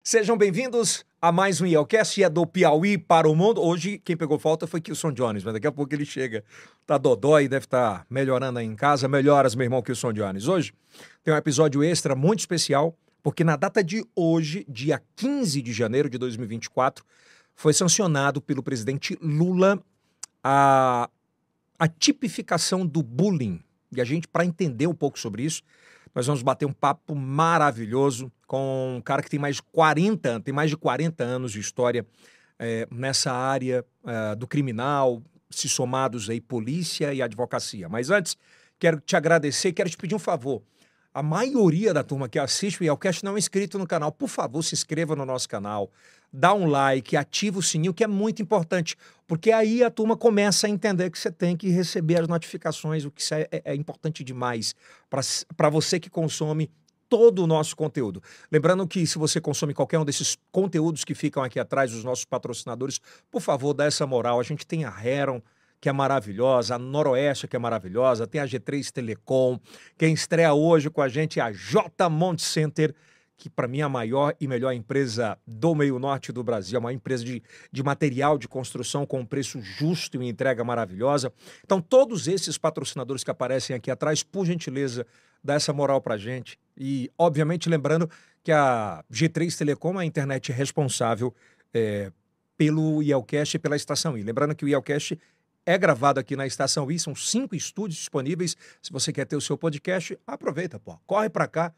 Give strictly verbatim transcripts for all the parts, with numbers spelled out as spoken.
Sejam bem-vindos a mais um IELCast, é do Piauí para o mundo. Hoje quem pegou falta foi Kilson Jones, mas daqui a pouco ele chega. Tá dodói, deve estar melhorando aí em casa. Melhoras, meu irmão Kilson Jones. Hoje tem um episódio extra muito especial, porque na data de hoje, dia quinze de janeiro de dois mil e vinte e quatro, foi sancionado pelo presidente Lula a, a tipificação do bullying. E a gente, para entender um pouco sobre isso, nós vamos bater um papo maravilhoso com um cara que tem mais de quarenta, tem mais de quarenta anos de história é, nessa área é, do criminal, se somados aí polícia e advocacia. Mas antes, quero te agradecer, quero te pedir um favor. A maioria da turma que assiste o IELCast não é inscrito no canal. Por favor, se inscreva no nosso canal, dá um like, ativa o sininho, que é muito importante, porque aí a turma começa a entender que você tem que receber as notificações, o que é, é, é importante demais para você que consome todo o nosso conteúdo. Lembrando que se você consome qualquer um desses conteúdos que ficam aqui atrás dos nossos patrocinadores, por favor, dá essa moral. A gente tem a Heron, que é maravilhosa, a Noroeste, que é maravilhosa, tem a G três Telecom, quem estreia hoje com a gente é a J-Mont Center, que para mim é a maior e melhor empresa do meio norte do Brasil, é uma empresa de, de material de construção com preço justo e entrega maravilhosa. Então todos esses patrocinadores que aparecem aqui atrás, por gentileza, dá essa moral pra gente. E obviamente lembrando que a G três Telecom é a internet responsável é, pelo IELCast e pela Estação I. Lembrando que o IELCast é gravado aqui na Estação I, são cinco estúdios disponíveis. Se você quer ter o seu podcast, aproveita, pô, corre para cá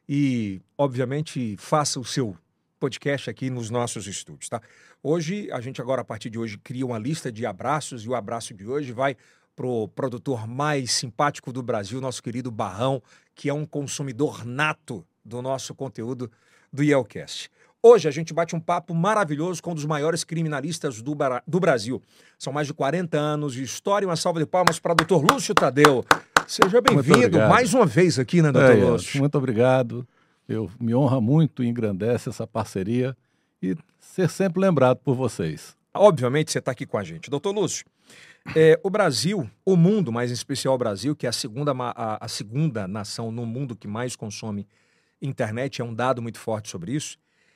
e, obviamente, faça o seu podcast aqui nos nossos estúdios, tá? Hoje, a gente agora, a partir de hoje, cria uma lista de abraços e o abraço de hoje vai pro produtor mais simpático do Brasil, nosso querido Barrão, que é um consumidor nato do nosso conteúdo do IELCast. Hoje a gente bate um papo maravilhoso com um dos maiores criminalistas do, do Brasil. São mais de quarenta anos de história. Uma salva de palmas para o doutor Lúcio Tadeu. Seja bem-vindo mais uma vez aqui, né, doutor é, Lúcio? Muito obrigado. Eu me honra muito e engrandece essa parceria e ser sempre lembrado por vocês. Obviamente você está aqui com a gente. doutor Lúcio, é, o Brasil, o mundo, mais em especial o Brasil, que é a segunda, a, a segunda nação no mundo que mais consome internet, é um dado muito forte sobre isso.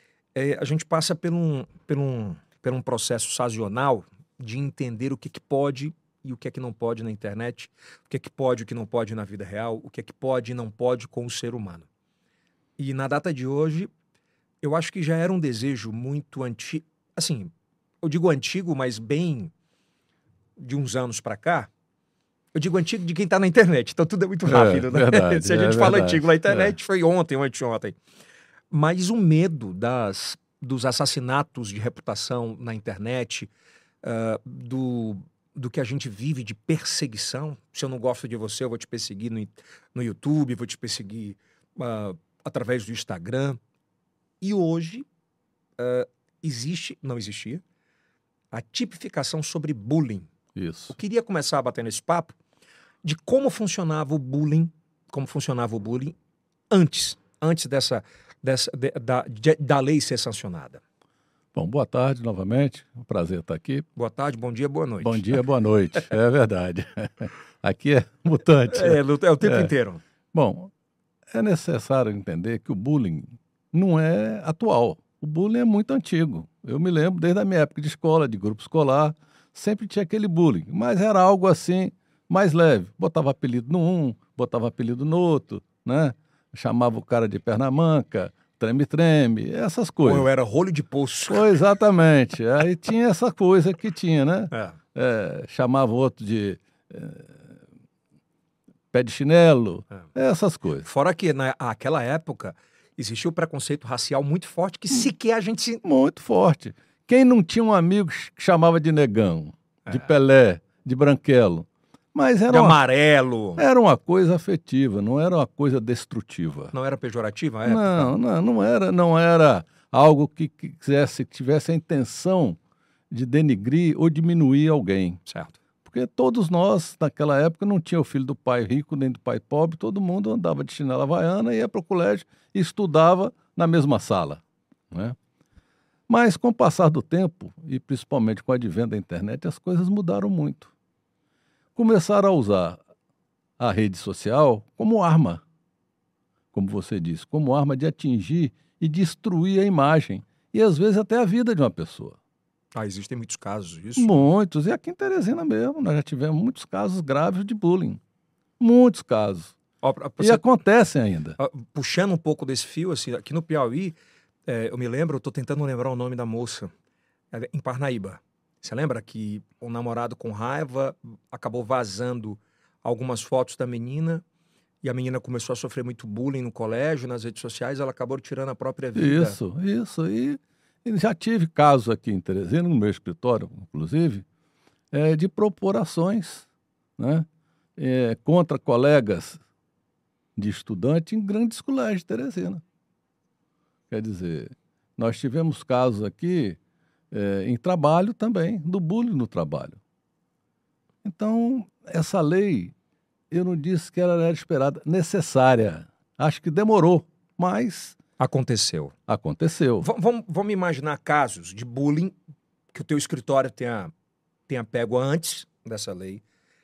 É, a gente passa por um, por, um, por um processo sazonal de entender o que, que pode e o que é que não pode na internet, o que é que pode e o que não pode na vida real, o que é que pode e não pode com o ser humano. E na data de hoje, eu acho que já era um desejo muito antigo, assim, eu digo antigo, mas bem de uns anos para cá. Eu digo antigo de quem está na internet, então tudo é muito rápido, é, né? Verdade, Se a gente é fala verdade, antigo na internet, é. foi ontem ou anteontem. Mas o medo das, dos assassinatos de reputação na internet, uh, do, do que a gente vive de perseguição. Se eu não gosto de você, eu vou te perseguir no, no YouTube, vou te perseguir uh, através do Instagram. E hoje uh, existe, não existia, a tipificação sobre bullying. Isso. Eu queria começar a bater nesse papo de como funcionava o bullying, como funcionava o bullying antes, antes dessa... Dessa, de, da, de, da lei ser sancionada. Bom, boa tarde novamente, um prazer estar aqui. Boa tarde, bom dia, boa noite. Bom dia, boa noite, é verdade. Aqui é mutante. É, é o tempo é. inteiro. Bom, é necessário entender que o bullying não é atual. O bullying é muito antigo. Eu me lembro desde a minha época de escola, de grupo escolar, sempre tinha aquele bullying, mas era algo assim, mais leve. Botava apelido no um, botava apelido no outro, né? Chamava o cara de perna manca, treme-treme, essas coisas. Ou eu era rolho de poço. Foi, exatamente. Aí tinha essa coisa que tinha, né? É. É, chamava o outro de é, pé de chinelo, é. essas coisas. Fora que naquela época existia o preconceito racial muito forte que sequer a gente... Se... Muito forte. Quem não tinha um amigo que chamava de negão, é. de Pelé, de branquelo? Mas era de uma, amarelo. Era uma coisa afetiva, não era uma coisa destrutiva. Não era pejorativa a época? Não, não, não era, não era algo que, que quisesse, que tivesse a intenção de denigrir ou diminuir alguém. Certo. Porque todos nós, naquela época, não tinha o filho do pai rico nem do pai pobre, todo mundo andava de chinela havaiana, ia para o colégio e estudava na mesma sala, né? Mas com o passar do tempo, e principalmente com o advento da internet, as coisas mudaram muito. Começaram a usar a rede social como arma, como você disse, como arma de atingir e destruir a imagem e, às vezes, até a vida de uma pessoa. Ah, existem muitos casos disso? Muitos. E aqui em Teresina mesmo, nós já tivemos muitos casos graves de bullying. Muitos casos. Ó, pra- pra E você- acontecem ainda. ah, puxando um pouco desse fio, assim, aqui no Piauí, é, eu me lembro, eu tô tentando lembrar o nome da moça, é, em Parnaíba. Você lembra que o namorado com raiva acabou vazando algumas fotos da menina e a menina começou a sofrer muito bullying no colégio, nas redes sociais, ela acabou tirando a própria vida. Isso, isso. E, e já tive casos aqui em Teresina, no meu escritório, inclusive, é, de propor ações, né, é, contra colegas de estudante em grandes colégios de Teresina. Quer dizer, nós tivemos casos aqui é, em trabalho também, do bullying no trabalho. Então, essa lei, eu não disse que ela era esperada, necessária. Acho que demorou, mas Aconteceu. aconteceu. V- vamos, vamos imaginar casos de bullying que o teu escritório tenha, tenha pego antes dessa lei,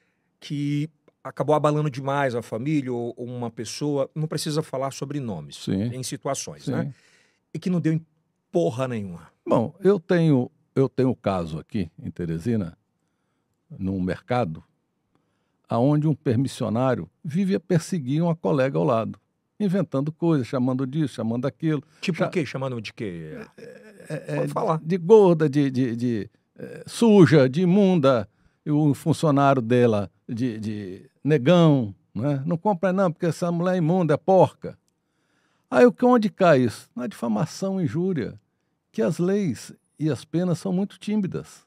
que acabou abalando demais a família ou, ou uma pessoa, não precisa falar sobre nomes, Sim. em situações, Sim. né? E que não deu em porra nenhuma. Bom, eu tenho eu tenho caso aqui em Teresina, num mercado, aonde um permissionário vivia perseguir uma colega ao lado, inventando coisas, chamando disso, chamando daquilo. Tipo Já- o quê? Chamando de quê? é, Pode falar. de gorda, de, de, de, eh, suja, de imunda, e o funcionário dela de, de negão, né? Não compra não, porque essa mulher é imunda, é porca. Aí o que onde cai isso? Na difamação, injúria, que as leis e as penas são muito tímidas.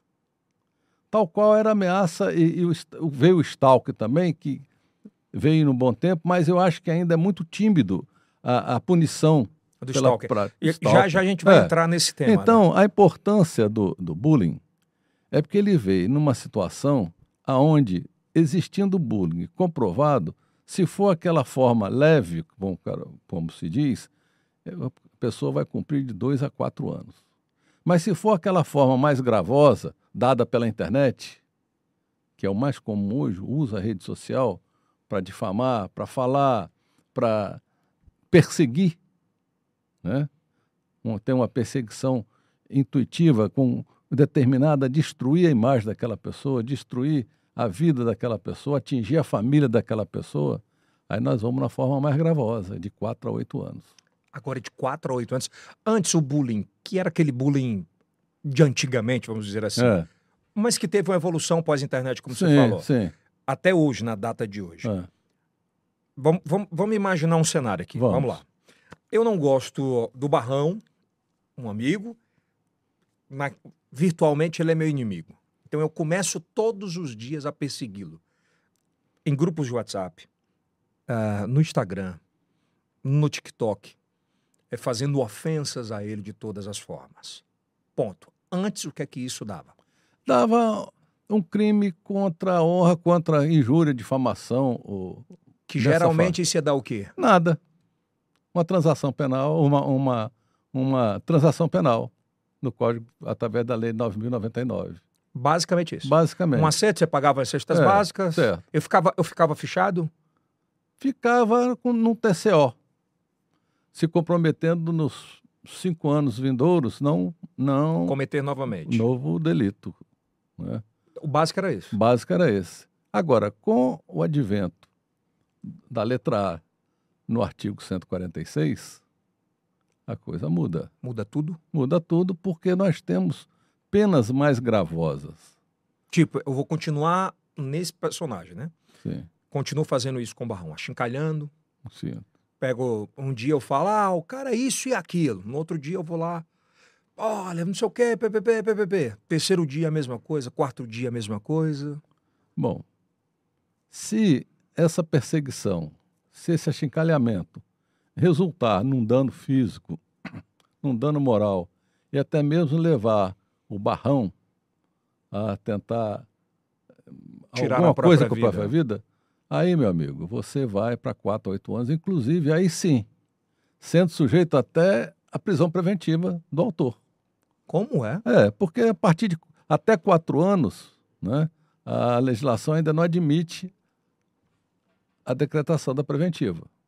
Tal qual era a ameaça, e, e o, est- veio o stalker também, que veio no bom tempo, mas eu acho que ainda é muito tímido a, a punição. Do pela stalker. pra- E já, stalker. já a gente vai É. entrar nesse tema. né? Então, a importância do, do bullying é porque ele veio numa situação aonde, existindo bullying comprovado, se for aquela forma leve, como, cara- como se diz, é, a pessoa vai cumprir de dois a quatro anos. Mas se for aquela forma mais gravosa, dada pela internet, que é o mais comum hoje, usa a rede social para difamar, para falar, para perseguir, né? Um- tem uma perseguição intuitiva com determinada a destruir a imagem daquela pessoa, destruir a vida daquela pessoa, atingir a família daquela pessoa, aí nós vamos na forma mais gravosa, de quatro a oito anos. Agora de quatro a oito anos. Antes o bullying, que era aquele bullying de antigamente, vamos dizer assim, É, mas que teve uma evolução pós-internet, como você sim, falou. sim. Até hoje, na data de hoje. É. Vamos, vamos, vamos imaginar um cenário aqui. Vamos. Vamos lá. Eu não gosto do Barrão, um amigo, mas virtualmente ele é meu inimigo. Então eu começo todos os dias a persegui-lo. Em grupos de WhatsApp, ah, no Instagram, no TikTok, é fazendo ofensas a ele de todas as formas. Ponto. Antes, o que é que isso dava? Dava um crime contra a honra, contra a injúria, difamação, ou Que dessa geralmente isso ia dar o quê? nada. Uma transação penal, uma, uma, uma transação penal no Código através da Lei nove mil e noventa e nove. Basicamente isso. Basicamente. Um acerto, você pagava as cestas É, básicas. certo. Eu ficava, eu ficava fichado. Ficava com, num T C O, se comprometendo nos cinco anos vindouros, não, não Cometer novamente. novo delito. Né? O básico era isso. O básico era esse. Agora, com o advento da letra A no artigo cento e quarenta e seis, a coisa muda. Muda tudo. Muda tudo porque nós temos penas mais gravosas. Tipo, eu vou continuar nesse personagem, né? Sim, Continuo fazendo isso com o Barrão, achincalhando. sim. Pego, um dia eu falo, ah, o cara é isso e aquilo. No outro dia eu vou lá, olha, não sei o quê, ppp, ppp. Terceiro dia a mesma coisa, quarto dia a mesma coisa. Bom, se essa perseguição, se esse achincalhamento resultar num dano físico, num dano moral e até mesmo levar o Barrão a tentar Tirar alguma a própria coisa com a vida. própria vida, aí, meu amigo, você vai para quatro a oito anos, inclusive, aí sim, sendo sujeito até à prisão preventiva do autor. Como é? É, porque a partir de até quatro anos, né, a legislação ainda não admite a decretação da preventiva.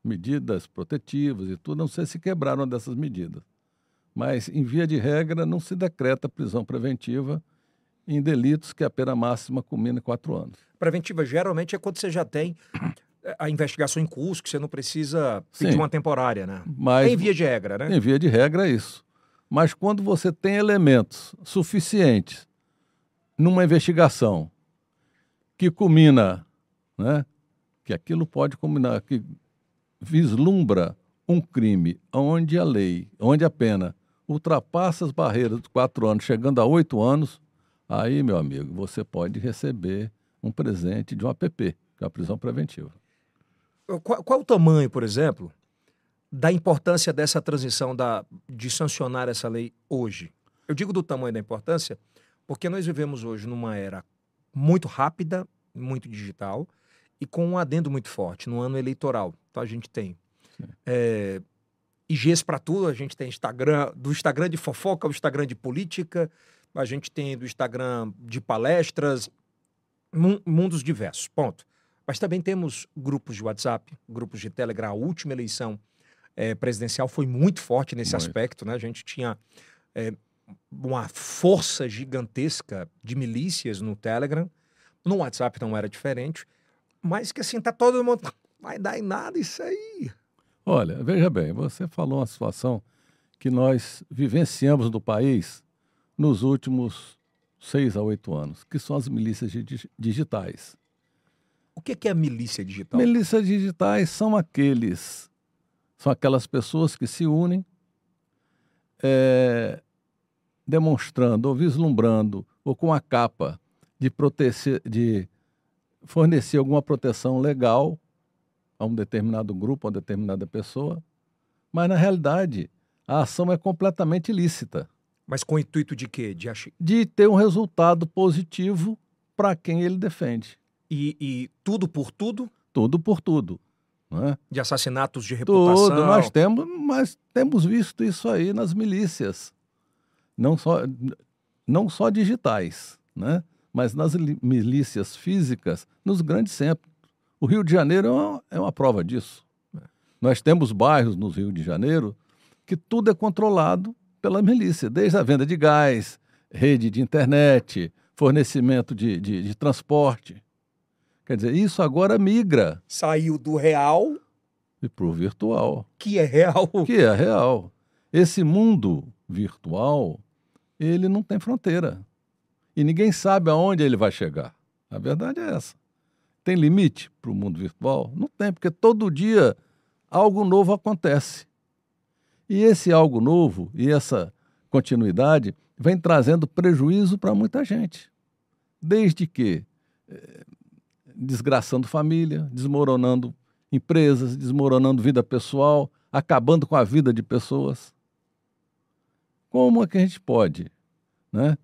medidas protetivas e tudo, não sei se quebraram uma dessas medidas. Mas, em via de regra, não se decreta prisão preventiva em delitos que a pena máxima culmina em quatro anos. Preventiva, geralmente, é quando você já tem a investigação em curso, que você não precisa pedir Sim, uma temporária, né? mas, É em via de regra, né? Em via de regra é isso. Mas quando você tem elementos suficientes numa investigação que culmina, né, que aquilo pode culminar, que vislumbra um crime onde a lei, onde a pena ultrapassa as barreiras dos quatro anos, chegando a oito anos, aí, meu amigo, você pode receber um presente de um A P P, que é a prisão preventiva. Qual, qual o tamanho, por exemplo, da importância dessa transição da, de sancionar essa lei hoje? Eu digo do tamanho da importância porque nós vivemos hoje numa era muito rápida, muito digital e com um adendo muito forte no ano eleitoral. Então a gente tem é, I Gs para tudo, a gente tem Instagram, do Instagram de fofoca ao Instagram de política, a gente tem do Instagram de palestras, mundos diversos, ponto. Mas também temos grupos de WhatsApp, grupos de Telegram. A última eleição é, presidencial foi muito forte nesse muito. aspecto, né? A gente tinha é, uma força gigantesca de milícias no Telegram. No WhatsApp não era diferente. Mas que assim, tá todo mundo... Vai dar em nada isso aí. Olha, veja bem, você falou uma situação que nós vivenciamos no país nos últimos seis a oito anos, que são as milícias digitais. O que é milícia digital? Milícias digitais são aqueles, são aquelas pessoas que se unem é, demonstrando ou vislumbrando ou com a capa de, proteger, de fornecer alguma proteção legal a um determinado grupo, a uma determinada pessoa, mas na realidade a ação é completamente ilícita. Mas com o intuito de quê? De, ach... de ter um resultado positivo para quem ele defende. E, e tudo por tudo? Tudo por tudo. Não é? De assassinatos de reputação? Tudo, nós temos, mas temos visto isso aí nas milícias. Não só, não só digitais, né? Mas nas milícias físicas, nos grandes centros. O Rio de Janeiro é uma, é uma prova disso. É. Nós temos bairros no Rio de Janeiro que tudo é controlado pela milícia, desde a venda de gás, rede de internet, fornecimento de, de, de transporte. Quer dizer, isso agora migra. Saiu do real e para o virtual. Que é real. Que é real. Esse mundo virtual, ele não tem fronteira. E ninguém sabe aonde ele vai chegar. A verdade é essa. Tem limite para o mundo virtual? Não tem, porque todo dia algo novo acontece. E esse algo novo e essa continuidade vem trazendo prejuízo para muita gente. Desde que eh, desgraçando família, desmoronando empresas, desmoronando vida pessoal, acabando com a vida de pessoas. Como é que a gente pode, né,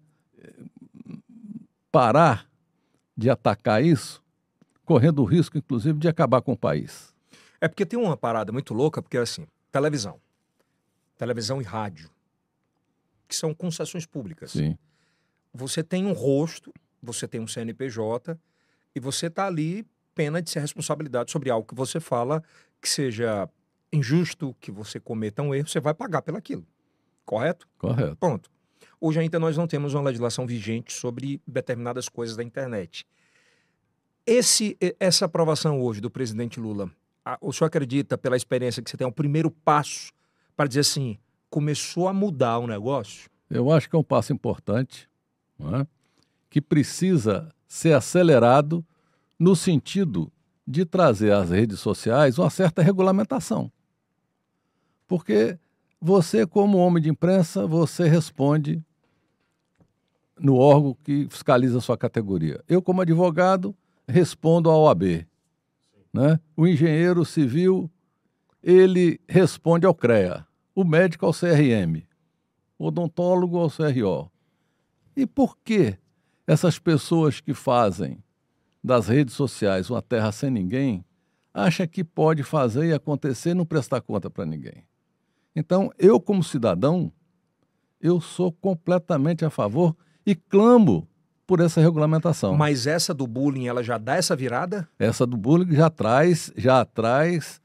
parar de atacar isso, correndo o risco, inclusive, de acabar com o país? É porque tem uma parada muito louca, porque assim, televisão, televisão e rádio, que são concessões públicas. Sim. Você tem um rosto, você tem um C N P J e você está ali pena de ser responsabilidade sobre algo que você fala que seja injusto, que você cometa um erro, você vai pagar pelaquilo. Correto? Correto. Ponto. Hoje ainda nós não temos uma legislação vigente sobre determinadas coisas da internet. Esse, essa aprovação hoje do presidente Lula, a, o senhor acredita, pela experiência que você tem, é o primeiro passo para dizer assim, começou a mudar o negócio? Eu acho que é um passo importante, não é? Que precisa ser acelerado no sentido de trazer às redes sociais uma certa regulamentação. Porque você, como homem de imprensa, você responde no órgão que fiscaliza a sua categoria. Eu, como advogado, respondo à O A B. Né? O engenheiro civil, ele responde ao CREA. O médico ao C R M. O odontólogo ao C R O. E por que essas pessoas que fazem das redes sociais uma terra sem ninguém acham que pode fazer e acontecer e não prestar conta para ninguém? Então, eu como cidadão, eu sou completamente a favor e clamo por essa regulamentação. Mas essa do bullying, ela já dá essa virada? Essa do bullying já traz, já traz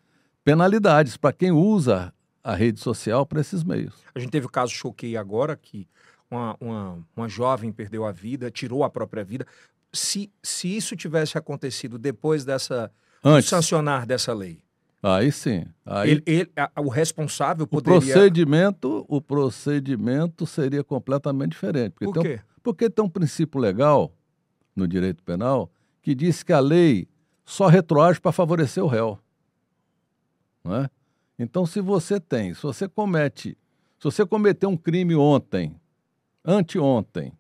penalidades para quem usa a rede social para esses meios. A gente teve o caso Choquei agora, que uma, uma, uma jovem perdeu a vida, tirou a própria vida. Se, se isso tivesse acontecido depois dessa, do Antes, sancionar dessa lei, aí sim. Aí ele, ele, a- o responsável o poderia... procedimento, o procedimento seria completamente diferente. Porque Por tem um- quê? porque tem um princípio legal no direito penal que diz que a lei só retroage para favorecer o réu. Não é? Então, se você tem, se você comete, se você cometeu um crime ontem, anteontem,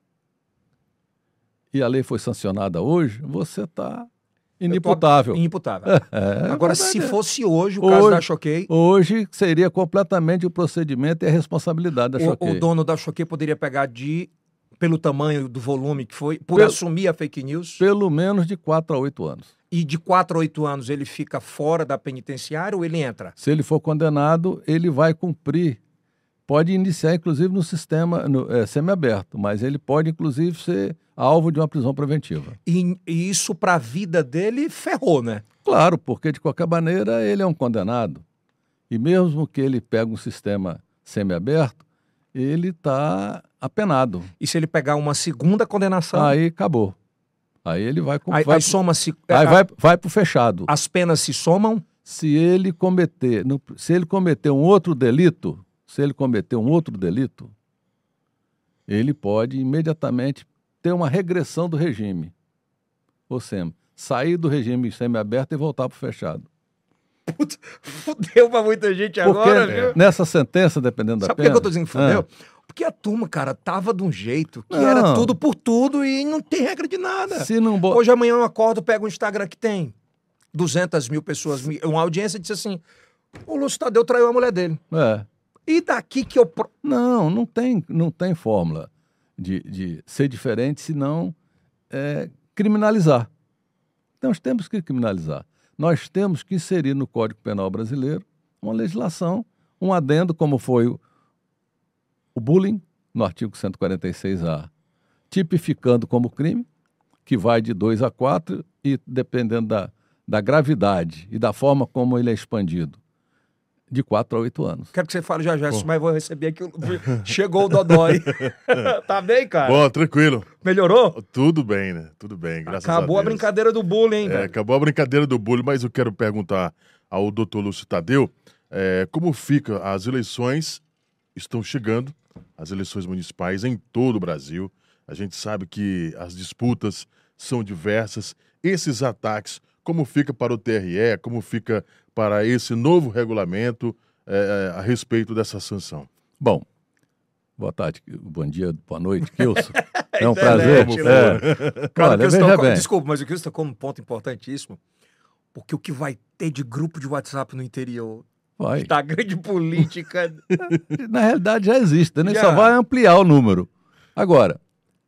e a lei foi sancionada hoje, você está inimputável. Inimputável. É, Agora, é se verdade. fosse hoje o caso Hoje- da Choquei, Hoje seria completamente o procedimento e a responsabilidade da o, o Choquei. dono da Choquei poderia pegar de, pelo tamanho do volume que foi, por Pelo- assumir a fake news, Pelo menos de quatro a oito anos. e de quatro a oito anos ele fica fora da penitenciária ou ele entra? Se ele for condenado, ele vai cumprir. Pode iniciar, inclusive, no sistema no, é, semiaberto, mas ele pode, inclusive, ser alvo de uma prisão preventiva. E, e isso para a vida dele ferrou, né? Claro, porque, de qualquer maneira, ele é um condenado. E mesmo que ele pegue um sistema semiaberto, ele está apenado. E se ele pegar uma segunda condenação, Aí acabou. Aí ele vai... com- aí, vai aí soma-se... aí a- vai, vai para o fechado. As penas se somam? Se ele cometer, no- se ele cometer um outro delito, se ele cometer um outro delito, ele pode imediatamente ter uma regressão do regime. Ou seja, sair do regime semiaberto e voltar para o fechado. Putz, fudeu pra muita gente Porque agora, viu? nessa sentença, dependendo da Sabe por pena... que eu tô dizendo que fudeu? Ah, Porque a turma, cara, tava de um jeito que Não. era tudo por tudo e não tem regra de nada. se não... bo- Hoje amanhã eu acordo, pego um Instagram que tem duzentas mil pessoas, mi- uma audiência disse assim, o Lúcio Tadeu traiu a mulher dele. É. E daqui que eu... pro- Não, não tem, não tem fórmula de, de ser diferente, senão é, criminalizar. Então, nós temos que criminalizar. Nós temos que inserir no Código Penal brasileiro uma legislação, um adendo, como foi o, o bullying, no artigo cento e quarenta e seis A, tipificando como crime, que vai de dois a quatro e, dependendo da, da gravidade e da forma como ele é expandido, de quatro a oito anos. Quero que você fale já já, mas eu vou receber aqui. o- Chegou o Dodói. Tá bem, cara? Bom, tranquilo. Melhorou? Tudo bem, né? Tudo bem, graças a Deus. Acabou a brincadeira do bullying, hein, É, velho? acabou a brincadeira do bullying, mas eu quero perguntar ao doutor Lúcio Tadeu é, como fica as eleições, estão chegando, as eleições municipais em todo o Brasil. A gente sabe que as disputas são diversas. Esses ataques, como fica para o T R E, como fica para esse novo regulamento é, a respeito dessa sanção? Bom, boa tarde, bom dia, boa noite, Kilson. É um Internet, prazer. né? É. Cara, o Olha, Kilson veja tocou- bem, Desculpa, mas o Kilson tocou um ponto importantíssimo. Porque o que vai ter de grupo de WhatsApp no interior, vai. da grande política... Na realidade já existe, né? Já. Só vai ampliar o número. Agora,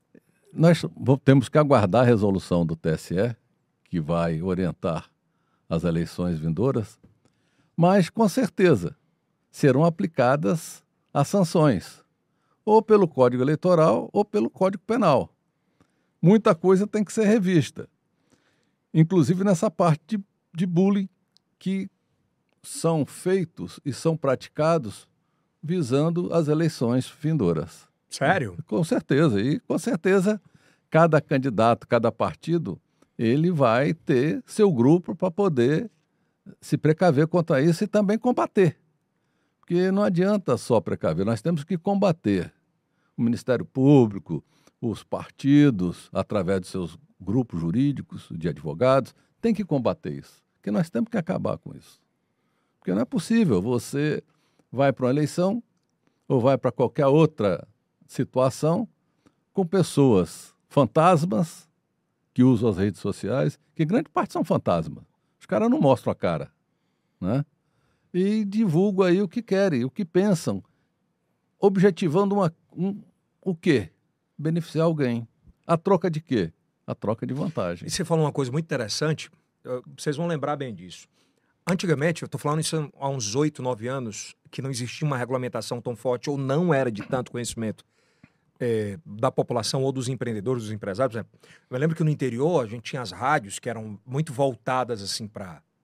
nós vo- temos que aguardar a resolução do T S E, que vai orientar as eleições vindouras, mas com certeza serão aplicadas as sanções, ou pelo Código Eleitoral ou pelo Código Penal. Muita coisa tem que ser revista, inclusive nessa parte de, de bullying que são feitos e são praticados visando as eleições vindouras. Sério? Com certeza. E, com certeza, cada candidato, cada partido, ele vai ter seu grupo para poder se precaver contra isso e também combater. Porque não adianta só precaver, nós temos que combater. O Ministério Público, os partidos, através dos seus grupos jurídicos, de advogados, tem que combater isso. Porque nós temos que acabar com isso. Porque não é possível, você vai para uma eleição ou vai para qualquer outra situação com pessoas fantasmas que usam as redes sociais, que grande parte são fantasmas. Os caras não mostram a cara, né? E divulgam aí o que querem, o que pensam, objetivando uma, um, o quê? Beneficiar alguém. A troca de quê? A troca de vantagem. E você falou uma coisa muito interessante, eh, vocês vão lembrar bem disso. Antigamente, eu estou falando isso há uns oito, nove anos, que não existia uma regulamentação tão forte ou não era de tanto conhecimento eh, da população ou dos empreendedores, dos empresários. Por exemplo, eu lembro que no interior a gente tinha as rádios que eram muito voltadas assim para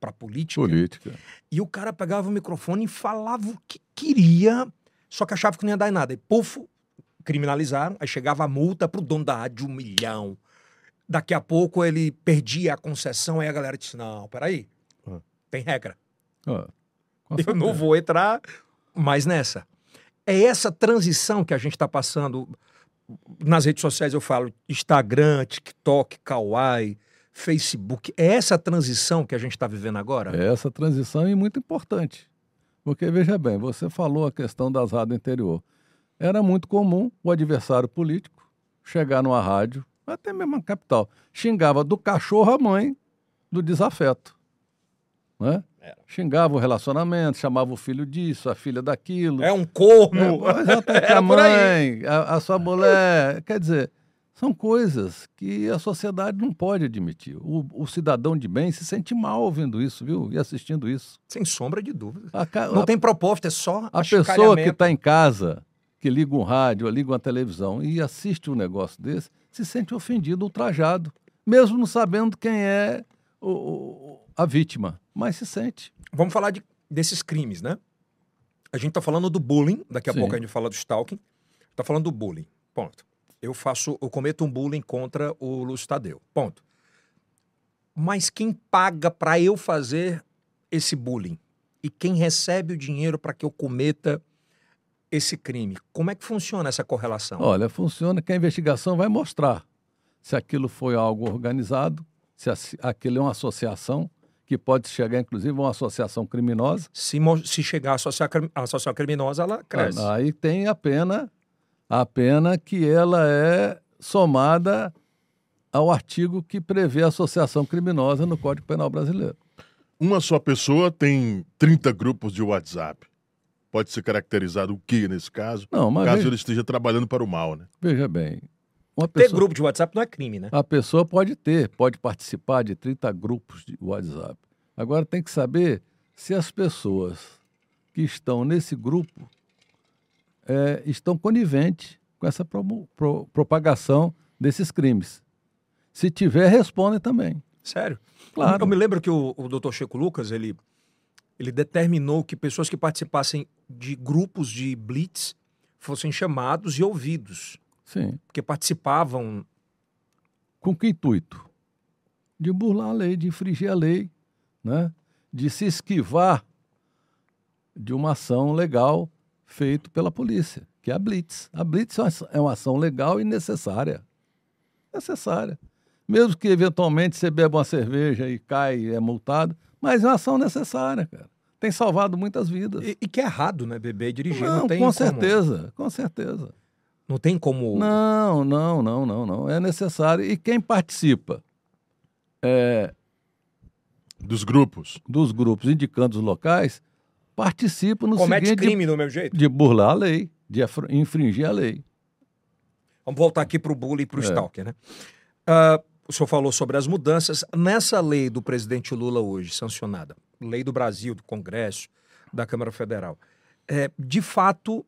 para política. Política. E o cara pegava o microfone e falava o que queria, só que achava que não ia dar em nada. E, puf, criminalizaram, aí chegava a multa pro dono da rádio de um milhão. Daqui a pouco ele perdia a concessão, aí a galera disse, não, peraí, Ah. tem regra. Ah, com Eu não certeza. vou entrar mais nessa. É essa transição que a gente está passando. Nas redes sociais eu falo Instagram, TikTok, Kawaii, Facebook. É essa transição que a gente está vivendo agora? É essa transição e muito importante. Porque, veja bem, você falou a questão das rádios interior. Era muito comum o adversário político chegar numa rádio, até mesmo na capital, xingava do cachorro à mãe do desafeto. Né? Era. Xingava o relacionamento, chamava o filho disso, a filha daquilo. É um corno. É, mas até que Era a por aí. mãe, a, a sua mulher. Quer dizer, são coisas que a sociedade não pode admitir. O, o cidadão de bem se sente mal ouvindo isso, viu? E assistindo isso. Sem sombra de dúvida. A, ca- Não a- tem propósito, é só a pessoa que achicalhamento. está em casa, que liga um rádio, ou liga uma televisão e assiste um negócio desse, se sente ofendido, ultrajado, mesmo não sabendo quem é o, o- a vítima, mas se sente. Vamos falar de, desses crimes, né? A gente tá falando do bullying, daqui a Sim. pouco a gente fala do stalking. Tá falando do bullying, ponto. Eu faço, eu cometo um bullying contra o Lúcio Tadeu, ponto. Mas quem paga para eu fazer esse bullying? E quem recebe o dinheiro para que eu cometa esse crime? Como é que funciona essa correlação? Olha, funciona que a investigação vai mostrar se aquilo foi algo organizado, se a- aquilo é uma associação, que pode chegar, inclusive, a uma associação criminosa. Se, mo- se chegar a associar, crim- a associar criminosa, ela cresce. Ah, Aí tem a pena, a pena que ela é somada ao artigo que prevê a associação criminosa no Código Penal brasileiro. Uma só pessoa tem trinta grupos de WhatsApp. Pode ser caracterizado o que nesse caso? Não, mas Caso veja, ele esteja trabalhando para o mal, né? veja bem, uma Ter pessoa, grupo de WhatsApp não é crime, né? a pessoa pode ter, pode participar de trinta grupos de WhatsApp. Agora tem que saber se as pessoas que estão nesse grupo eh, estão coniventes com essa promo- pro- propagação desses crimes. Se tiver, respondem também. Sério? Claro. Eu me lembro que o, o doutor Chico Lucas, ele, ele determinou que pessoas que participassem de grupos de blitz fossem chamados e ouvidos, Sim. porque participavam. Com que intuito? De burlar a lei, de infringir a lei, né? De se esquivar de uma ação legal feita pela polícia, que é a Blitz. A Blitz é uma ação- é uma ação legal e necessária. Necessária. Mesmo que eventualmente você beba uma cerveja e cai e é multado, mas é uma ação necessária, cara. Tem salvado muitas vidas. E, e que é errado, né? Beber e dirigir. Não, Não, tem com como, certeza, com certeza. Não tem como. Não, não, não, não, não. É necessário. E quem participa é, Dos grupos. dos grupos indicando os locais, participa no Comete seguinte crime do mesmo jeito. de burlar a lei, de afr- infringir a lei. Vamos voltar aqui para o bullying e para o É. stalker, né? Ah, o senhor falou sobre as mudanças. Nessa lei do presidente Lula hoje, sancionada, lei do Brasil, do Congresso, da Câmara Federal, é, de fato,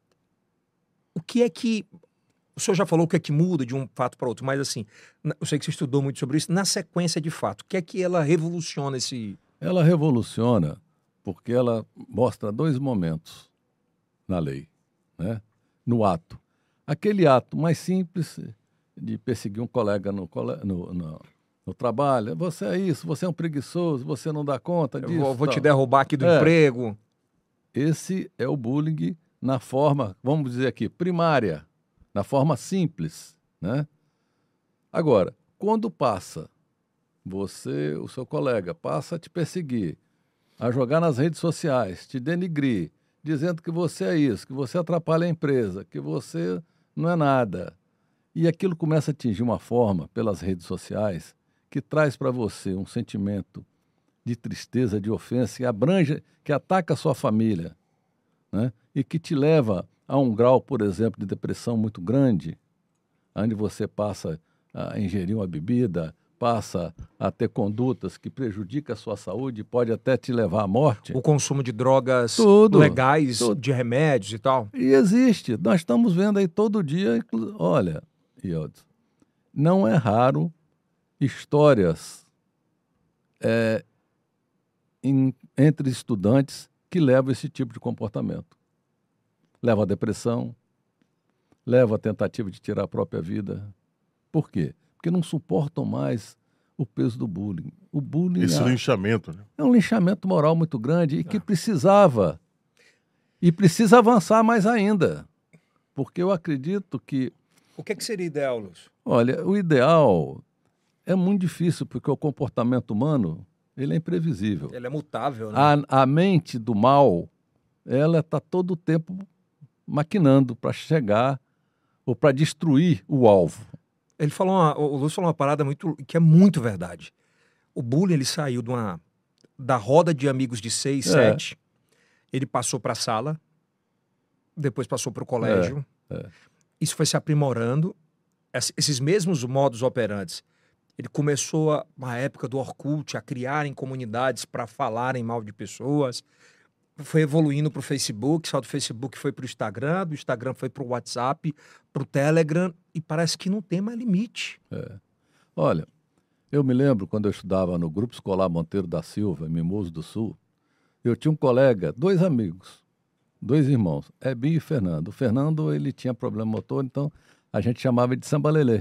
o que é que... O senhor já falou o que é que muda de um fato para outro, mas assim, na- eu sei que você estudou muito sobre isso. Na sequência de fato, o que é que ela revoluciona esse... Ela revoluciona porque ela mostra dois momentos na lei, né? No ato. Aquele ato mais simples de perseguir um colega no, cole- no, no- no trabalho. Você é isso, você é um preguiçoso, você não dá conta Eu disso. vou, vou te tal. derrubar aqui do É. emprego. Esse é o bullying na forma, vamos dizer aqui, primária, na forma simples, né? Agora, quando passa, você, o seu colega, passa a te perseguir, a jogar nas redes sociais, te denigrir, dizendo que você é isso, que você atrapalha a empresa, que você não é nada. E aquilo começa a atingir uma forma, pelas redes sociais, que traz para você um sentimento de tristeza, de ofensa, que abrange, que ataca a sua família, né? E que te leva a um grau, por exemplo, de depressão muito grande, onde você passa a ingerir uma bebida, passa a ter condutas que prejudicam a sua saúde, pode até te levar à morte. O consumo de drogas Tudo, legais, tudo. de remédios e tal. E existe, nós estamos vendo aí todo dia, inclu- olha, Iodes, não é raro histórias é, em, entre estudantes que levam esse tipo de comportamento. Leva à depressão, leva à tentativa de tirar a própria vida. Por quê? Porque não suportam mais o peso do bullying. O bullying Esse é, linchamento, né? é um linchamento moral muito grande e que precisava, e precisa avançar mais ainda. Porque eu acredito que... O que, é que seria ideal, Lúcio? Olha, o ideal é muito difícil, porque o comportamento humano, ele é imprevisível. Ele é mutável, né? A, a mente do mal, ela está todo o tempo maquinando para chegar ou para destruir o alvo. Ele falou uma, o Lúcio falou uma parada muito, que é muito verdade. O bullying, ele saiu de uma, da roda de amigos de seis, É. sete, ele passou para a sala, depois passou para o colégio. É, é. Isso foi se aprimorando. Es- Esses mesmos modus operantes, ele começou, a, na época do Orkut, a criarem comunidades para falarem mal de pessoas. Foi evoluindo para o Facebook, só do Facebook foi para o Instagram, do Instagram foi para o WhatsApp, para o Telegram, e parece que não tem mais limite. Olha, eu me lembro quando eu estudava no Grupo Escolar Monteiro da Silva, em Mimoso do Sul, eu tinha um colega, dois amigos, dois irmãos, Ebinho e Fernando. O Fernando, ele tinha problema motor, então a gente chamava ele de Sambalelê,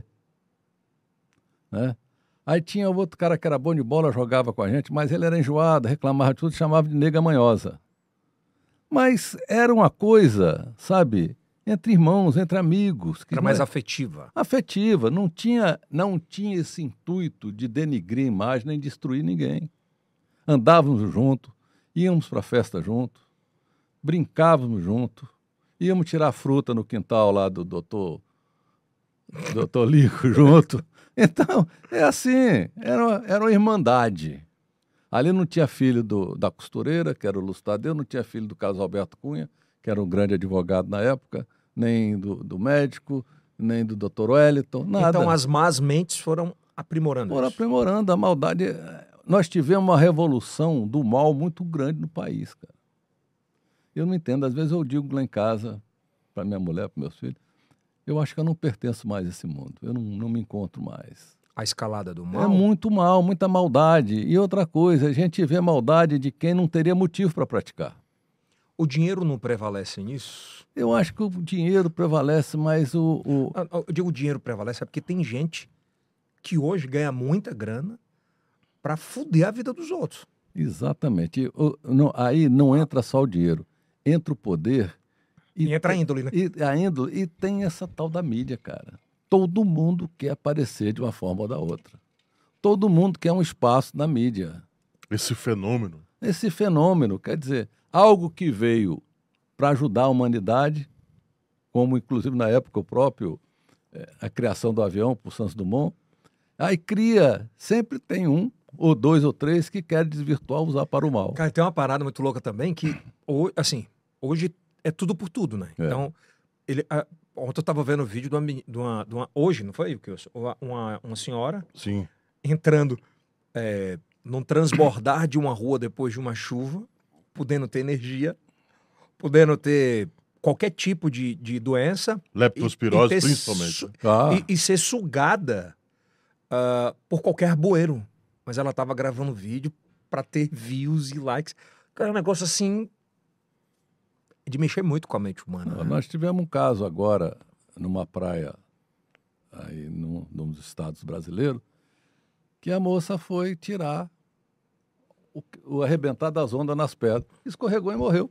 né? Aí tinha outro cara que era bom de bola, jogava com a gente, mas ele era enjoado, reclamava de tudo, chamava de nega manhosa. Mas era uma coisa, sabe, entre irmãos, entre amigos. Que Era não mais é- afetiva. afetiva, não tinha, não tinha esse intuito de denigrir a imagem nem destruir ninguém. Andávamos juntos, íamos para a festa juntos, brincávamos juntos, íamos tirar fruta no quintal lá do doutor, doutor Lico junto. Então, é assim, era, uma- era uma irmandade. Ali não tinha filho do, da costureira, que era o Lúcio Tadeu, não tinha filho do Carlos Alberto Cunha, que era um grande advogado na época, nem do, do médico, nem do doutor Wellington, nada. Então as más mentes foram aprimorando Foram isso. aprimorando a maldade. Nós tivemos uma revolução do mal muito grande no país, cara. Eu não entendo. Às vezes eu digo lá em casa, para minha mulher, para meus filhos, eu acho que eu não pertenço mais a esse mundo. Eu não, não me encontro mais. A escalada do É mal. muito mal, muita maldade. E outra coisa, a gente vê maldade de quem não teria motivo para praticar. O dinheiro não prevalece nisso? Eu acho que o dinheiro prevalece, mas o... o... Ah, Eu digo o dinheiro prevalece é porque tem gente que hoje ganha muita grana para fuder a vida dos outros. Exatamente. O- não- aí não entra só o dinheiro, entra o poder. E entra a tem- índole, né? E, a índole, e tem essa tal da mídia, cara. Todo mundo quer aparecer de uma forma ou da outra. Todo mundo quer um espaço na mídia. Esse fenômeno. Esse fenômeno, quer dizer, algo que veio para ajudar a humanidade, como inclusive na época o próprio, eh, a criação do avião por Santos Dumont, aí cria, sempre tem um, ou dois ou três que querem desvirtuar, usar para o mal. Cara, tem uma parada muito louca também que, ho- assim, hoje é tudo por tudo, né? É. Então, ele, a- ontem eu tava vendo o vídeo de uma, meni- de uma, de uma- hoje, não foi, Wilson? Uma, uma, uma senhora Sim. entrando é, num transbordar de uma rua depois de uma chuva, podendo ter energia, podendo ter qualquer tipo de, de doença. Leptospirose, e ter principalmente. su- Ah, e, e ser sugada ah, por qualquer bueiro. Mas ela tava gravando vídeo pra ter views e likes. Cara, é um negócio assim de mexer muito com a mente humana. não, né? nós tivemos um caso agora numa praia aí num, num dos estados brasileiros que a moça foi tirar o, o arrebentar das ondas nas pedras, escorregou e morreu.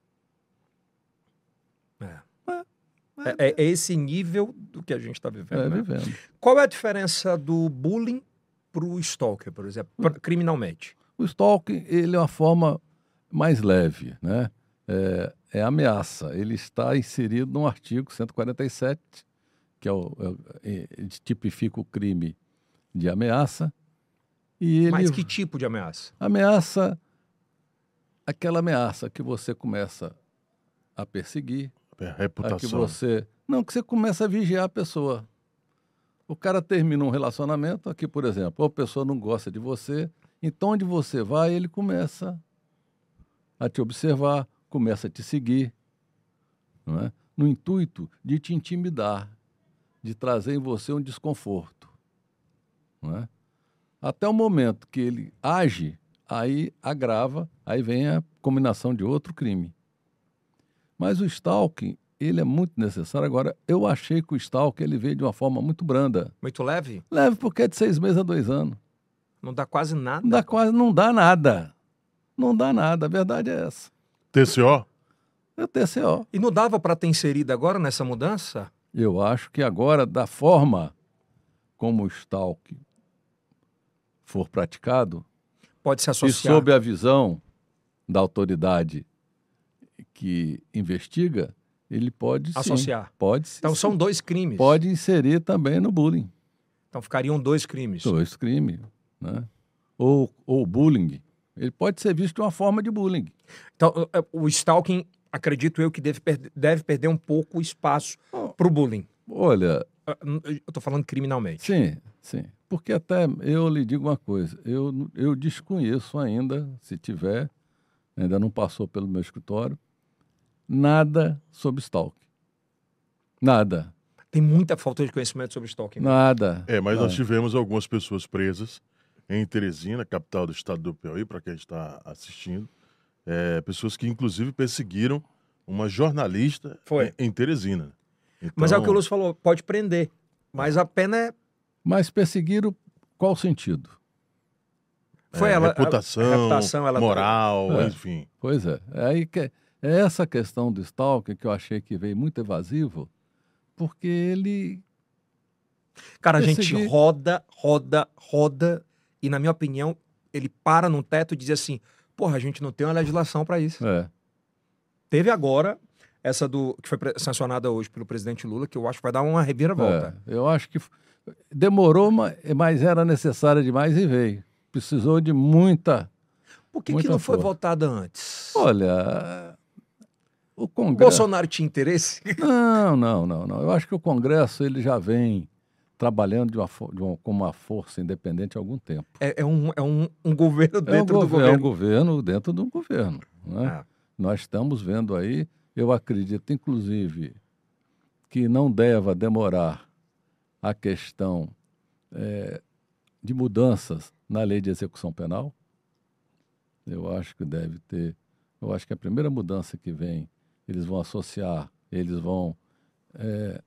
É. É, é esse nível do que a gente está vivendo. É, né? vivendo. Qual é a diferença do bullying pro stalker, por exemplo, pra- criminalmente? O stalking, ele é uma forma mais leve, né? É, é ameaça. Ele está inserido no artigo cento e quarenta e sete, que é o, é o- é- é- tipifica o crime de ameaça. E ele Mas que tipo de ameaça? ameaça, aquela ameaça que você começa a perseguir, É, a que reputação. você... Não, que você começa a vigiar a pessoa. O cara termina um relacionamento, aqui, por exemplo, ou a pessoa não gosta de você, então onde você vai, ele começa a te observar, começa a te seguir, não é? No intuito de te intimidar, de trazer em você um desconforto, não é? Até o momento que ele age, aí agrava, aí vem a combinação de outro crime. Mas o stalking, ele é muito necessário. Agora, eu achei que o stalking ele veio de uma forma muito branda. Muito leve? Leve porque é de seis meses a dois anos. Não dá quase nada. Não dá pô. quase, não dá nada. Não dá nada, a verdade é essa. T C O? É o T C O. E não dava para ter inserido agora nessa mudança? Eu acho que agora, da forma como o stalking for praticado, Pode se e associar. sob a visão da autoridade que investiga, ele pode sim, Associar. pode sim, Então são dois crimes. pode inserir também no bullying. Então ficariam dois crimes. Dois crimes, né? Ou, ou bullying. Ele pode ser visto de uma forma de bullying. Então o stalking, acredito eu, que deve, per- deve perder um pouco o espaço Oh. para o bullying. Olha, Ah, Eu estou falando criminalmente. sim, sim. Porque até eu lhe digo uma coisa, eu, eu desconheço ainda, se tiver, ainda não passou pelo meu escritório, nada sobre stalking. Nada, Tem muita falta de conhecimento sobre stalking. nada. É, mas nada. nós tivemos algumas pessoas presas em Teresina, capital do estado do Piauí, para quem está assistindo. É, pessoas que, inclusive, perseguiram uma jornalista Foi. em, em Teresina. Então, Mas é o que o Lúcio falou, pode prender. Mas a pena é... Mas perseguiram qual sentido? Foi é, ela... reputação, a reputação, ela... moral, É. enfim. Pois é. É aí que é é essa questão do stalking que eu achei que veio muito evasivo, porque ele Cara, a gente Persegui- roda, roda, roda, e na minha opinião, ele para num teto e diz assim, porra, a gente não tem uma legislação para isso. é, Teve agora essa do que foi pre- sancionada hoje pelo presidente Lula, que eu acho que vai dar uma reviravolta. é, eu acho que f- demorou, ma- mas era necessária demais e veio. Precisou de muita. Por que, que Muita não foi força. votada antes? Olha, o O Congresso. Bolsonaro tinha interesse? Não, não, não, não. Eu acho que o Congresso ele já vem trabalhando de uma, fo- de uma- com uma força independente há algum tempo. É, é um, é um, um governo É um, dentro do governo, é um governo. governo dentro de um governo. Né? É. Nós estamos vendo aí, eu acredito, inclusive, que não deva demorar a questão eh, de mudanças na lei de execução penal. Eu acho que deve ter. Eu acho que a primeira mudança que vem, eles vão associar, eles vão eh,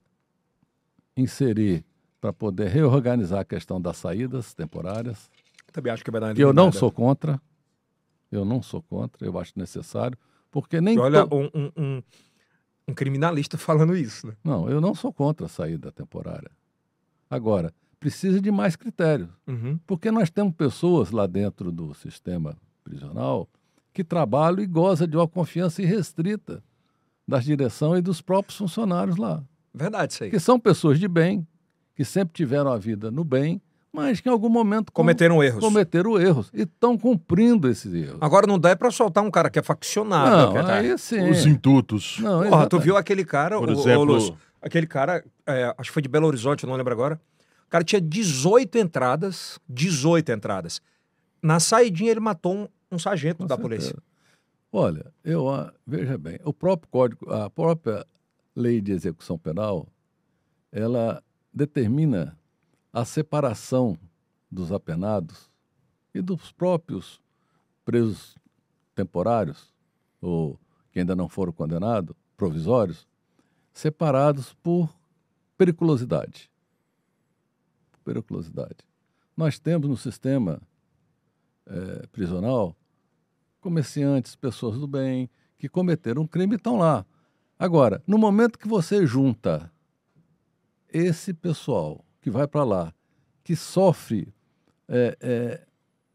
inserir para poder reorganizar a questão das saídas temporárias. Também acho que vai dar uma Que eu não eliminada. sou contra. Eu não sou contra, eu acho necessário, porque nem E olha, to- um, um, um, um criminalista falando isso, né? Não, eu não sou contra a saída temporária. Agora, precisa de mais critérios, Uhum. porque nós temos pessoas lá dentro do sistema prisional que trabalham e gozam de uma confiança irrestrita da direção e dos próprios funcionários lá, Verdade isso aí. que são pessoas de bem, que sempre tiveram a vida no bem, mas que em algum momento com- Cometeram erros. cometeram erros e estão cumprindo esses erros. Agora não dá pra soltar um cara que é faccionado. Não, que é- aí sim. Os intutos. Não, Porra, tu exatamente. viu aquele cara, Por o, exemplo- o Lúcio, aquele cara, é, acho que foi de Belo Horizonte, eu não lembro agora. O cara tinha dezoito entradas, dezoito entradas. Na saidinha ele matou um, um sargento Com da certeza. polícia. Olha, eu ah, veja bem, o próprio código, a própria lei de execução penal, ela determina a separação dos apenados e dos próprios presos temporários ou que ainda não foram condenados, provisórios, separados por periculosidade. Periculosidade. Nós temos no sistema eh, prisional comerciantes, pessoas do bem, que cometeram um crime e estão lá. Agora, no momento que você junta esse pessoal que vai para lá, que sofre é, é,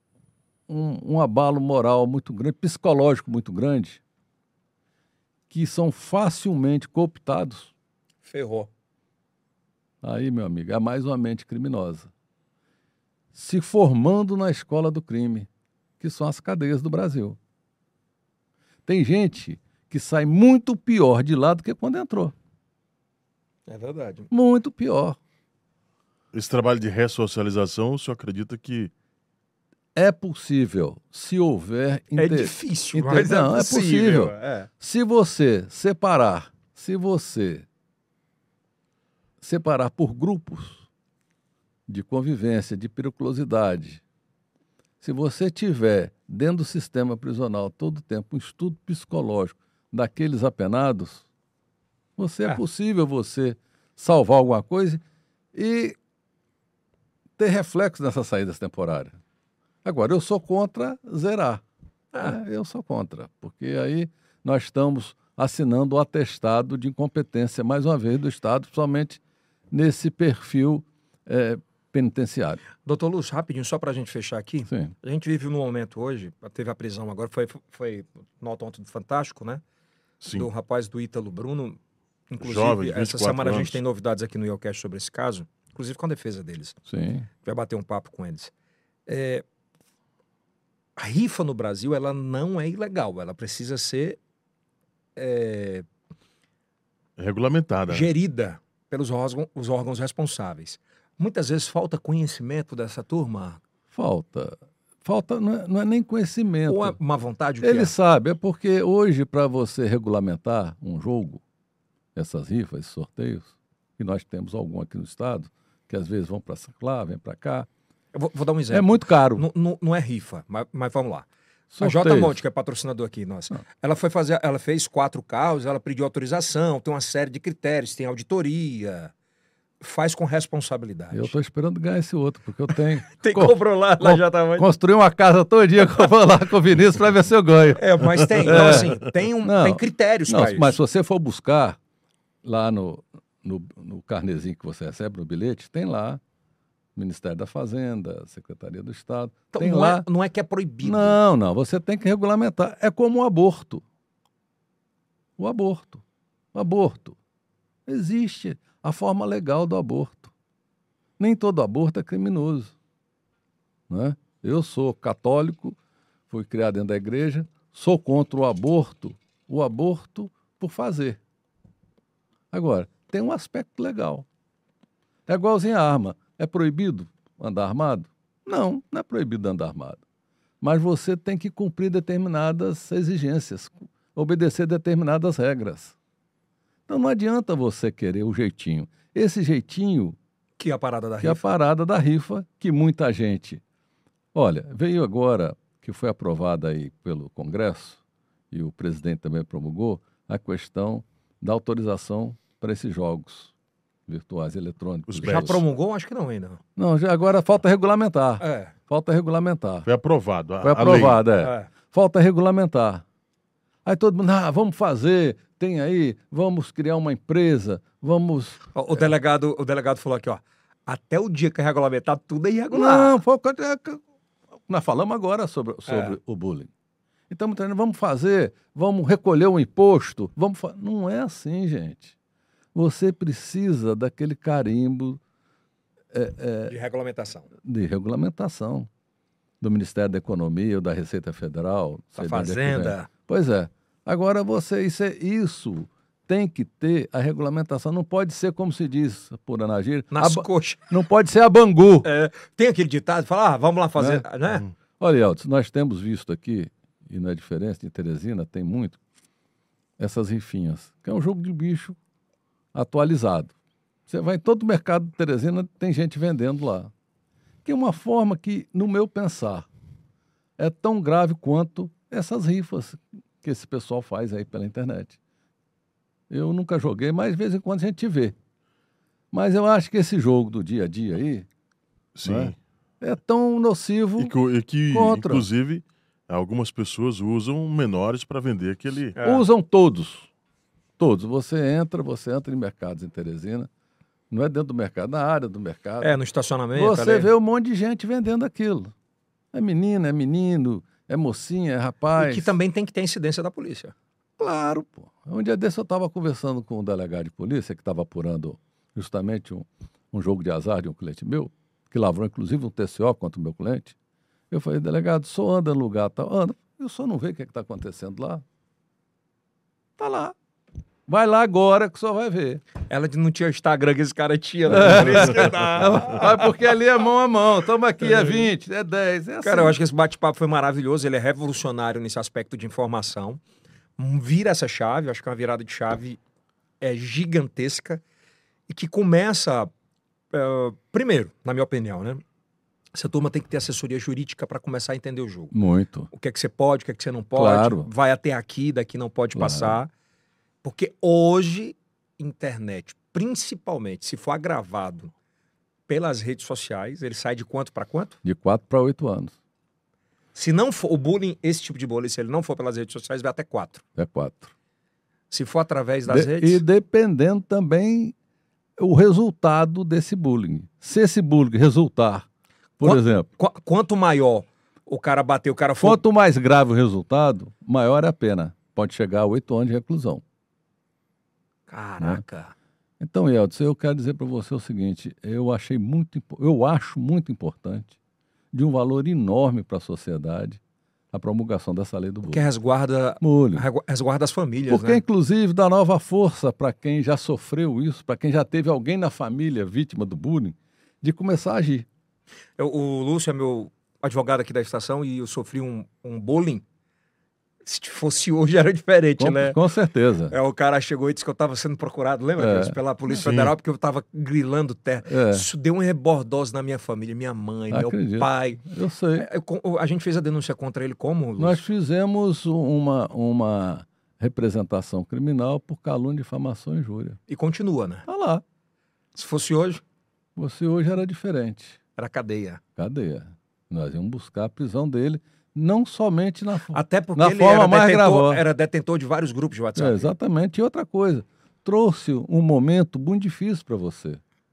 um, um abalo moral muito grande, psicológico muito grande, que são facilmente cooptados, Ferrou. aí, meu amigo, é mais uma mente criminosa. Se formando na escola do crime, que são as cadeias do Brasil. Tem gente que sai muito pior de lá do que quando entrou. É verdade. Muito pior. Esse trabalho de ressocialização, o senhor acredita que É possível, se houver... É inter- difícil, inter- mas Não, é é possível. possível. É. Se você separar, se você separar por grupos de convivência, de periculosidade, Se você tiver dentro do sistema prisional todo o tempo um estudo psicológico daqueles apenados, você é, É. possível você salvar alguma coisa e ter reflexo nessas saídas temporárias. Agora, eu sou contra zerar. Ah. É, eu sou contra, porque aí nós estamos assinando o atestado de incompetência, mais uma vez, do Estado, principalmente nesse perfil é, penitenciário. Doutor Lúcio, rapidinho, só para a gente fechar aqui. Sim. A gente vive num momento hoje, teve a prisão agora, foi, foi nota ontem do Fantástico, né? Sim. Do rapaz do Ítalo Bruno. Inclusive, Jovem, de essa vinte e quatro semana a anos. gente tem novidades aqui no IelCast sobre esse caso, inclusive com a defesa deles. Sim. Vai bater um papo com eles. É, a rifa no Brasil, ela não é ilegal, ela precisa ser é, Regulamentada. gerida pelos órgãos, os órgãos responsáveis. Muitas vezes falta conhecimento dessa turma, Falta. Falta, não é, não é nem conhecimento. ou é má vontade, o que Ele é? sabe, é porque hoje, para você regulamentar um jogo, essas rifas, esses sorteios, e nós temos algum aqui no estado, que às vezes vão para lá, vem para cá, Eu vou, vou dar um exemplo. é muito caro. Não, não- não é rifa, mas, mas vamos lá. A Sorteios. J Monte, que é patrocinador aqui, nossa, Não. ela foi fazer, ela fez quatro carros, ela pediu autorização, tem uma série de critérios, tem auditoria, faz com responsabilidade. Eu estou esperando ganhar esse outro, porque eu tenho. Tem Co- comprou lá, lá co- já tá mais. Construir uma casa todo dia que eu vou lá com o Vinícius para ver se eu ganho. É, mas tem, então assim, tem, um, Não. tem critérios Não, para isso. mas se você for buscar lá no, no, no carnezinho que você recebe, no bilhete, tem lá Ministério da Fazenda, Secretaria do Estado. Então, tem não, lá. é, não é que é proibido. Não, não, você tem que regulamentar. É como o aborto. O aborto. O aborto. Existe a forma legal do aborto. Nem todo aborto é criminoso. Né? Eu sou católico, fui criado dentro da igreja, sou contra o aborto, o aborto por fazer. Agora, tem um aspecto legal. É igualzinho a arma. É proibido andar armado? Não, não é proibido andar armado. Mas você tem que cumprir determinadas exigências, obedecer determinadas regras. Então não adianta você querer o jeitinho. Esse jeitinho Que é a parada da que é a rifa. parada da rifa, que muita gente... Olha, veio agora, que foi aprovada aí pelo Congresso, e o presidente também promulgou, a questão da autorização para esses jogos virtuais eletrônicos. Os Já bets. promulgou? Acho que não ainda. Não, já agora falta regulamentar. É. Falta regulamentar. Foi aprovado. A, Foi a lei. aprovada, é. é. Falta regulamentar. Aí todo mundo, ah, vamos fazer, tem aí, vamos criar uma empresa, vamos... O, o delegado, o delegado falou aqui, ó. Até o dia que é regulamentar, tudo é irregular. Não, foi o que- é que- nós falamos agora sobre, sobre É. o bullying. Então, muita gente, vamos fazer, vamos recolher o imposto, vamos fa... Não é assim, gente. Você precisa daquele carimbo De regulamentação. de regulamentação do Ministério da Economia ou da Receita Federal. Da sei de onde é que vem. Fazenda. Pois é. Agora, você, isso, é, isso tem que ter a regulamentação. Não pode ser, como se diz por Anagir, Nas a ba- coxas. não pode ser a Bangu. É, tem aquele ditado, fala, ah, vamos lá fazer, né? Olha, Elton, nós temos visto aqui, e não é diferente, em Teresina tem muito, essas rifinhas, que é um jogo de bicho atualizado. Você vai em todo o mercado de Teresina, tem gente vendendo lá. Que é uma forma que, no meu pensar, é tão grave quanto essas rifas que esse pessoal faz aí pela internet. Eu nunca joguei, mas de vez em quando a gente vê. Mas eu acho que esse jogo do dia a dia aí Sim. Né? é tão nocivo. E que, e que, Contra. inclusive, algumas pessoas usam menores para vender aquele. É. Usam todos. Todos. Você entra, você entra em mercados em Teresina. Não é dentro do mercado, na área do mercado. É, no estacionamento. Você ali. vê um monte de gente vendendo aquilo. É menina, é menino, é mocinha, é rapaz. E que também tem que ter incidência da polícia. Claro, pô. Um dia desse eu estava conversando com um delegado de polícia que estava apurando justamente um, um jogo de azar de um cliente meu, que lavrou inclusive um T C O contra o meu cliente. Eu falei, delegado, só anda no lugar tal. Anda. Eu só não vejo o que está acontecendo lá. Tá lá. Vai lá agora que só vai ver. Ela não tinha Instagram que esse cara tinha, né? É. Por isso que dá. Ah, porque ali é mão a mão. Toma aqui, é vinte, é dez. É assim. Cara, eu acho que esse bate-papo foi maravilhoso, ele é revolucionário nesse aspecto de informação. Hum, Vira essa chave, eu acho que é uma virada de chave é gigantesca e que começa, eh, primeiro, na minha opinião, né? essa turma tem que ter assessoria jurídica para começar a entender o jogo. Muito. O que é que você pode, o que é que você não pode, Claro. vai até aqui, daqui não pode Claro. passar. Porque hoje, internet, principalmente, se for agravado pelas redes sociais, ele sai de quanto para quanto? De quatro para oito anos. Se não for o bullying, esse tipo de bullying, se ele não for pelas redes sociais, vai até quatro. É quatro. Se for através das De- redes... E dependendo também o resultado desse bullying. Se esse bullying resultar, por Qua- exemplo, qu- quanto maior o cara bater, o cara for... quanto mais grave o resultado, maior é a pena. Pode chegar a oito anos de reclusão. Caraca. Então, Yeltsin, eu quero dizer para você o seguinte, eu achei muito, impo- eu acho muito importante, de um valor enorme para a sociedade, a promulgação dessa lei do Que bullying. resguarda, Bullying. regu- resguarda as famílias, Porque, né? inclusive, dá nova força para quem já sofreu isso, para quem já teve alguém na família vítima do bullying, de começar a agir. Eu- o Lúcio é meu advogado aqui da estação e eu sofri um, um bullying. Se fosse hoje era diferente, Com, né? com certeza. É, o cara chegou e disse que eu estava sendo procurado, lembra É. disso? Pela Polícia Sim. Federal, porque eu estava grilando terra. É. Isso deu um rebordose na minha família, minha mãe, Acredito. meu pai. Eu sei. É, eu com- a gente fez a denúncia contra ele como, Lúcio? Nós fizemos uma, uma representação criminal por calúnia, difamação e injúria. E continua, né? Tá lá. Se fosse hoje, Você hoje era diferente. era cadeia. Cadeia. Nós íamos buscar a prisão dele, não somente na... Até porque Na ele forma era mais detentor, gravosa. era detentor de vários grupos de WhatsApp. É, exatamente. E outra coisa, trouxe um momento muito difícil para você.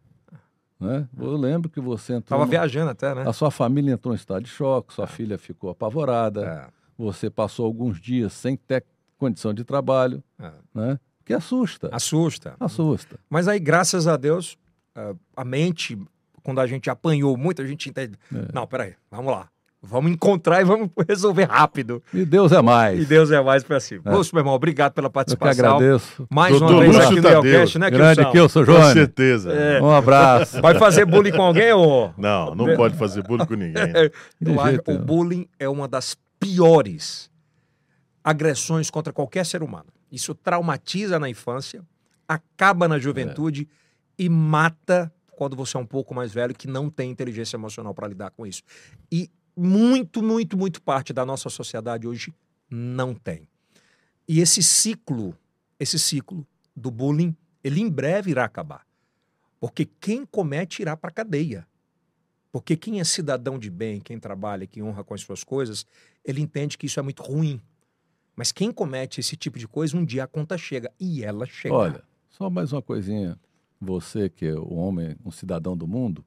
Né? Eu lembro que você entrou... Tava no- viajando até, né? A sua família entrou em estado de choque, sua filha ficou apavorada, É, você passou alguns dias sem ter condição de trabalho, é. né? Que assusta. Assusta. Assusta. Mas aí, graças a Deus, ah, a mente, quando a gente apanhou muito, a gente entende. É. Não, peraí, vamos lá. Vamos encontrar e vamos resolver rápido. E Deus é mais. E Deus é mais pra cima. É. Lúcio, meu irmão, obrigado pela Eu que participação. agradeço. Mais Doutor uma vez Lúcio aqui no Tadeu. Neocast, né, Grande Kilson? Kilson Com Jones. certeza. É. Um abraço. Vai fazer bullying com alguém, ô? Não, não pode fazer bullying com ninguém. De Eu acho jeito que o nenhum. bullying é uma das piores agressões contra qualquer ser humano. Isso traumatiza na infância, acaba na juventude e mata quando você é um pouco mais velho, que não tem inteligência emocional para lidar com isso. E muito, muito, muito parte da nossa sociedade hoje não tem. E esse ciclo, esse ciclo do bullying, ele em breve irá acabar. Porque quem comete irá para a cadeia. Porque quem é cidadão de bem, quem trabalha, quem honra com as suas coisas, ele entende que isso é muito ruim. Mas quem comete esse tipo de coisa, um dia a conta chega. E ela chega. Olha, só mais uma coisinha. Você que é o homem, um cidadão do mundo,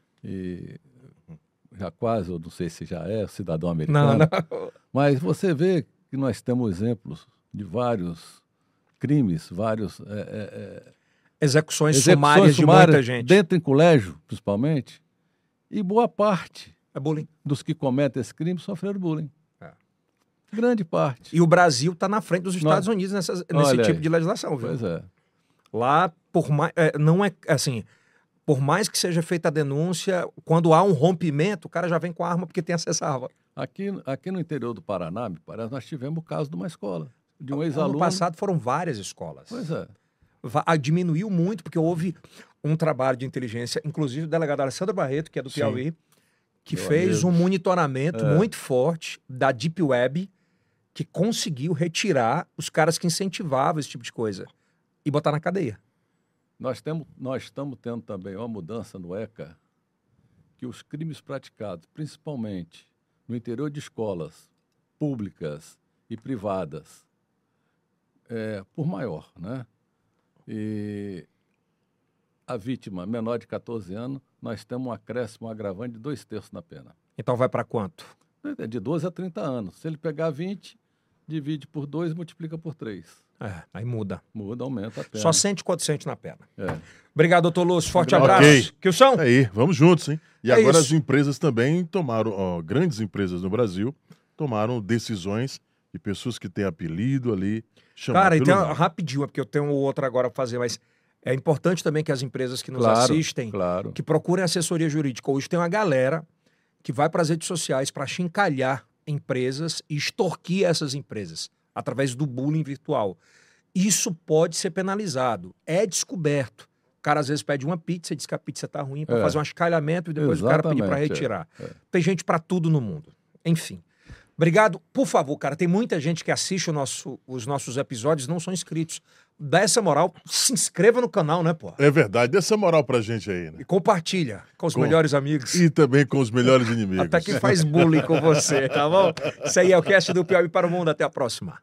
e já quase, eu não sei se já é cidadão americano, Não, não. mas você vê que nós temos exemplos de vários crimes, vários... é, é, é, Execuções, execuções sumárias de sumárias muita gente. dentro em colégio, principalmente, e boa parte É bullying. dos que cometem esse crime sofreram bullying. É. Grande parte. E o Brasil está na frente dos Estados Nós- Unidos nessas- nesse Olha tipo aí. de legislação, viu? Pois é. Lá, por mais, é, não é assim, por mais que seja feita a denúncia, quando há um rompimento, o cara já vem com a arma porque tem acesso à arma. Aqui, aqui no interior do Paraná, me parece, nós tivemos o caso de uma escola, de um Ano ex-aluno. passado foram várias escolas. Pois é. Va- ah, diminuiu muito porque houve um trabalho de inteligência, inclusive o delegado Alessandro Barreto, que é do Sim. Piauí, que Meu fez amigo. um monitoramento É. muito forte da Deep Web, que conseguiu retirar os caras que incentivavam esse tipo de coisa e botar na cadeia. Nós, temos, nós estamos tendo também uma mudança no ECA, que os crimes praticados, principalmente no interior de escolas públicas e privadas, é, por maior, né? E a vítima menor de catorze anos, nós temos um acréscimo, um agravante de dois terços na pena. Então vai para quanto? É de doze a trinta anos. Se ele pegar vinte, divide por dois, multiplica por três. É, aí muda. Muda, aumenta a pena. Só sente quanto sente na perna. É. Obrigado, doutor Lúcio. Forte Ok. abraço. Kilson? É aí, vamos juntos, hein? E É agora isso. as empresas também tomaram, ó, grandes empresas no Brasil, tomaram decisões de pessoas que têm apelido ali, chamar Cara, pelo então, nome. rapidinho, é porque eu tenho outra agora para fazer, mas é importante também que as empresas que nos Claro, assistem, claro. que procurem assessoria jurídica. Hoje tem uma galera que vai para as redes sociais para chincalhar empresas e extorquir essas empresas através do bullying virtual. Isso pode ser penalizado. É descoberto. O cara às vezes pede uma pizza e diz que a pizza tá ruim para É. fazer um escalhamento e depois o cara pedir para Exatamente, é. retirar. É. Tem gente para tudo no mundo. Enfim. Obrigado. Por favor, cara, tem muita gente que assiste o nosso, os nossos episódios e não são inscritos. Dá essa moral, se inscreva no canal, né, pô? É verdade, dê essa moral pra gente aí, né? E compartilha com os Com- melhores amigos. E também com os melhores inimigos. Até quem faz bullying com você, tá bom? Isso aí é o cast do Piauí para o Mundo. Até a próxima.